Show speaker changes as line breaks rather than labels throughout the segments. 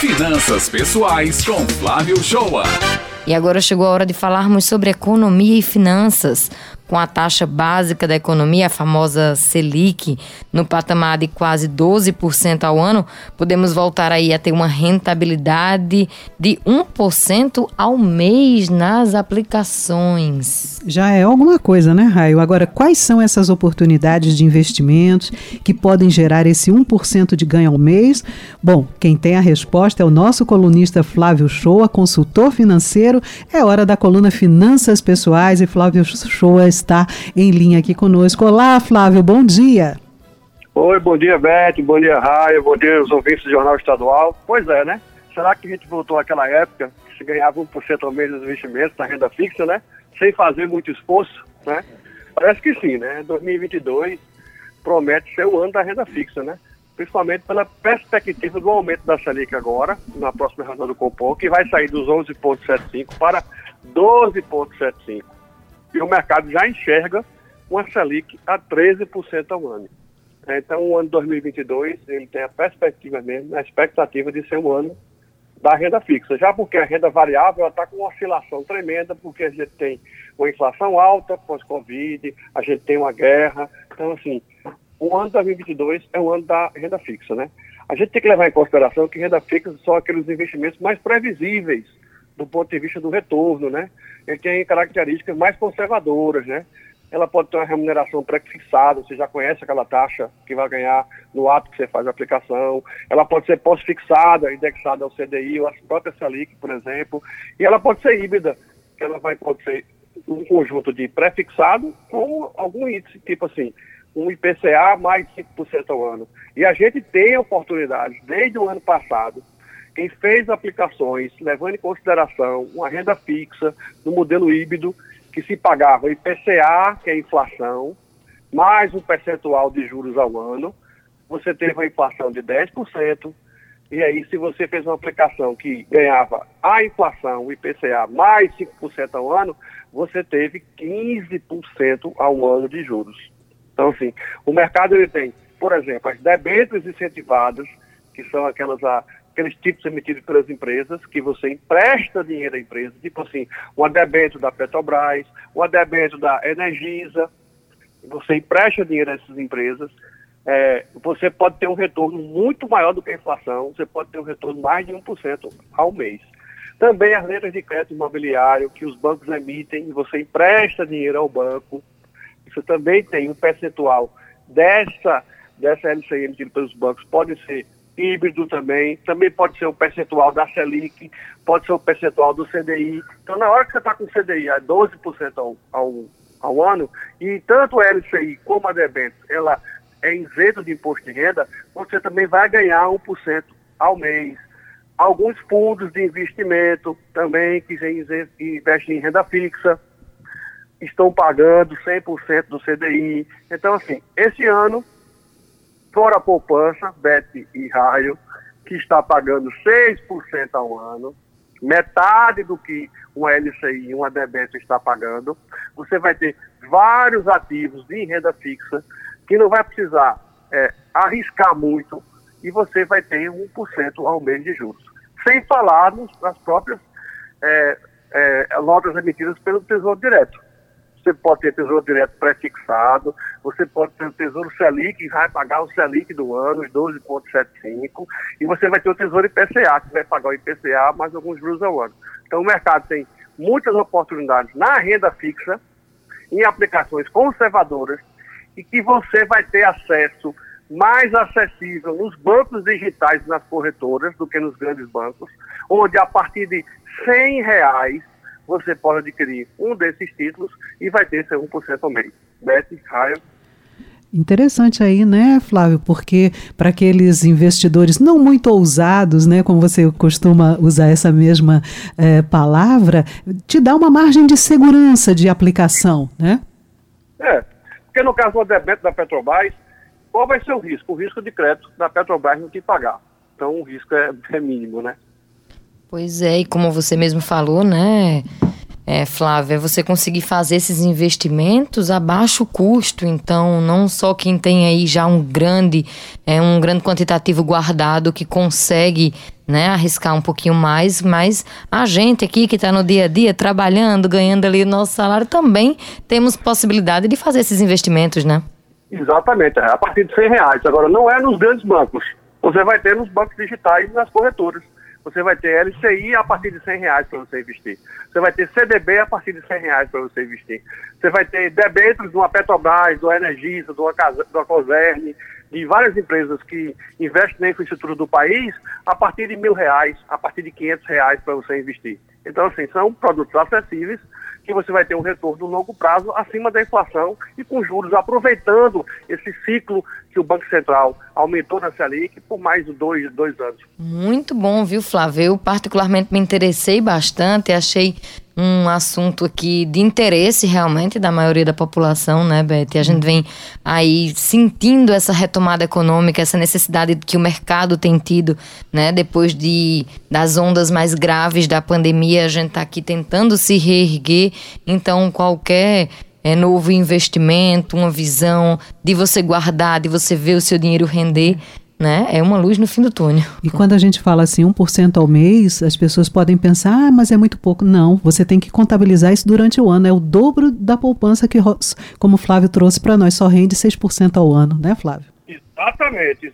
Finanças Pessoais com Flávio Shoa.
E agora chegou a hora de falarmos sobre economia e finanças. Com a taxa básica da economia, a famosa Selic, no patamar de quase 12% ao ano, podemos voltar aí a ter uma rentabilidade de 1% ao mês nas aplicações.
Já é alguma coisa, né, Raio? Agora, quais são essas oportunidades de investimentos que podem gerar esse 1% de ganho ao mês? Bom, quem tem a resposta é o nosso colunista Flávio Shoa, consultor financeiro. É hora da coluna Finanças Pessoais e Flávio Shoa está em linha aqui conosco. Olá, Flávio, bom dia.
Oi, bom dia, Beth, bom dia, Raio, bom dia aos ouvintes do Jornal Estadual. Pois é, né? Será que a gente voltou àquela época que se ganhava 1% ao mês dos investimentos na renda fixa, né? Sem fazer muito esforço, né? Parece que sim, né? 2022 promete ser o ano da renda fixa, né? Principalmente pela perspectiva do aumento da Selic agora, na próxima reunião do Copom, que vai sair dos 11,75 para 12,75. E o mercado já enxerga uma Selic a 13% ao ano. Então, o ano 2022, ele tem a perspectiva mesmo, a expectativa de ser um ano da renda fixa. Já porque a renda variável está com uma oscilação tremenda, porque a gente tem uma inflação alta pós-Covid, a gente tem uma guerra. Então, assim, o ano 2022 é o ano da renda fixa, né? A gente tem que levar em consideração que renda fixa são aqueles investimentos mais previsíveis do ponto de vista do retorno, né? Ele tem características mais conservadoras, né? Ela pode ter uma remuneração pré-fixada, você já conhece aquela taxa que vai ganhar no ato que você faz a aplicação. Ela pode ser pós-fixada, indexada ao CDI ou às próprias Selic, por exemplo. E ela pode ser híbrida, que ela pode ser um conjunto de pré-fixado com algum índice, tipo assim, um IPCA mais 5% ao ano. E a gente tem a oportunidade, desde o ano passado, quem fez aplicações, levando em consideração uma renda fixa no modelo híbrido, que se pagava IPCA, que é a inflação, mais um percentual de juros ao ano, você teve uma inflação de 10%, e aí se você fez uma aplicação que ganhava a inflação, o IPCA, mais 5% ao ano, você teve 15% ao ano de juros. Então, assim, o mercado ele tem, por exemplo, as debêntures incentivadas, que são aqueles tipos emitidos pelas empresas, que você empresta dinheiro à empresa, tipo assim, um debênture da Petrobras, um debênture da Energisa, você empresta dinheiro a essas empresas, você pode ter um retorno muito maior do que a inflação, você pode ter um retorno mais de 1% ao mês. Também as letras de crédito imobiliário que os bancos emitem, você empresta dinheiro ao banco, você também tem um percentual dessa LCI emitida pelos bancos, pode ser híbrido também pode ser um percentual da Selic, pode ser um percentual do CDI. Então, na hora que você está com o CDI a 12% ao ano, e tanto a LCI como a debênture, ela é isento de imposto de renda, você também vai ganhar 1% ao mês. Alguns fundos de investimento também, que investem em renda fixa, estão pagando 100% do CDI. Então, assim, esse ano, fora a poupança, Beth e Raio, que está pagando 6% ao ano, metade do que uma LCI e uma debênture está pagando, você vai ter vários ativos de renda fixa que não vai precisar arriscar muito e você vai ter 1% ao mês de juros. Sem falar nas próprias notas emitidas pelo Tesouro Direto. Você pode ter Tesouro Direto pré-fixado, você pode ter o Tesouro Selic, que vai pagar o Selic do ano, os 12,75, e você vai ter o Tesouro IPCA, que vai pagar o IPCA mais alguns juros ao ano. Então o mercado tem muitas oportunidades na renda fixa, em aplicações conservadoras, e que você vai ter acesso mais acessível nos bancos digitais e nas corretoras do que nos grandes bancos, onde a partir de R$100 você pode adquirir um desses títulos e vai ter seu 1% ao mês. Beth, Raio.
Interessante aí, né, Flávio? Porque para aqueles investidores não muito ousados, né, como você costuma usar essa mesma palavra, te dá uma margem de segurança de aplicação, né?
Porque no caso do debênture da Petrobras, qual vai ser o risco? O risco de crédito da Petrobras não te pagar. Então o risco é mínimo, né?
Pois é, e como você mesmo falou, né, Flávia, é você conseguir fazer esses investimentos a baixo custo. Então, não só quem tem aí já um grande quantitativo guardado que consegue, né, arriscar um pouquinho mais, mas a gente aqui que está no dia a dia trabalhando, ganhando ali o nosso salário, também temos possibilidade de fazer esses investimentos, né?
Exatamente, a partir de R$100. Agora, não é nos grandes bancos. Você vai ter nos bancos digitais e nas corretoras. Você vai ter LCI a partir de R$100 para você investir. Você vai ter CDB a partir de R$100 para você investir. Você vai ter debêntures de uma Petrobras, do Energisa, do Cosern, de várias empresas que investem na infraestrutura do país a partir de R$1.000, a partir de R$500 para você investir. Então, assim, são produtos acessíveis que você vai ter um retorno no longo prazo acima da inflação e com juros, aproveitando esse ciclo que o Banco Central aumentou na Selic por mais de dois anos.
Muito bom, viu, Flávio? Eu particularmente me interessei bastante, achei um assunto aqui de interesse realmente da maioria da população, né, Beth? A gente vem aí sentindo essa retomada econômica, essa necessidade que o mercado tem tido, né? Depois das ondas mais graves da pandemia, a gente está aqui tentando se reerguer. Então, qualquer novo investimento, uma visão de você guardar, de você ver o seu dinheiro render, né? É uma luz no fim do túnel.
E quando a gente fala assim, 1% ao mês, as pessoas podem pensar, mas é muito pouco. Não, você tem que contabilizar isso durante o ano. É o dobro da poupança que, como o Flávio trouxe para nós, só rende 6% ao ano, né, Flávio?
Exatamente.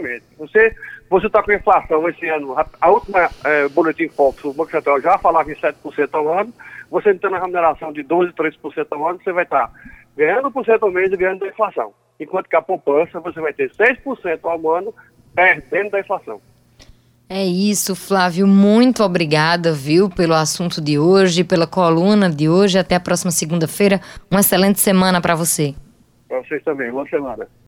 Você está com inflação esse ano. A última Boletim Focus, o Banco Central já falava em 7% ao ano. Você tendo uma remuneração de 12%, 13% ao ano, você vai estar ganhando 1% ao mês e ganhando da inflação. Enquanto que a poupança, você vai ter 6% ao ano perdendo da inflação.
É isso, Flávio. Muito obrigada, viu, pelo assunto de hoje, pela coluna de hoje. Até a próxima segunda-feira. Uma excelente semana para você.
Para vocês também. Boa semana.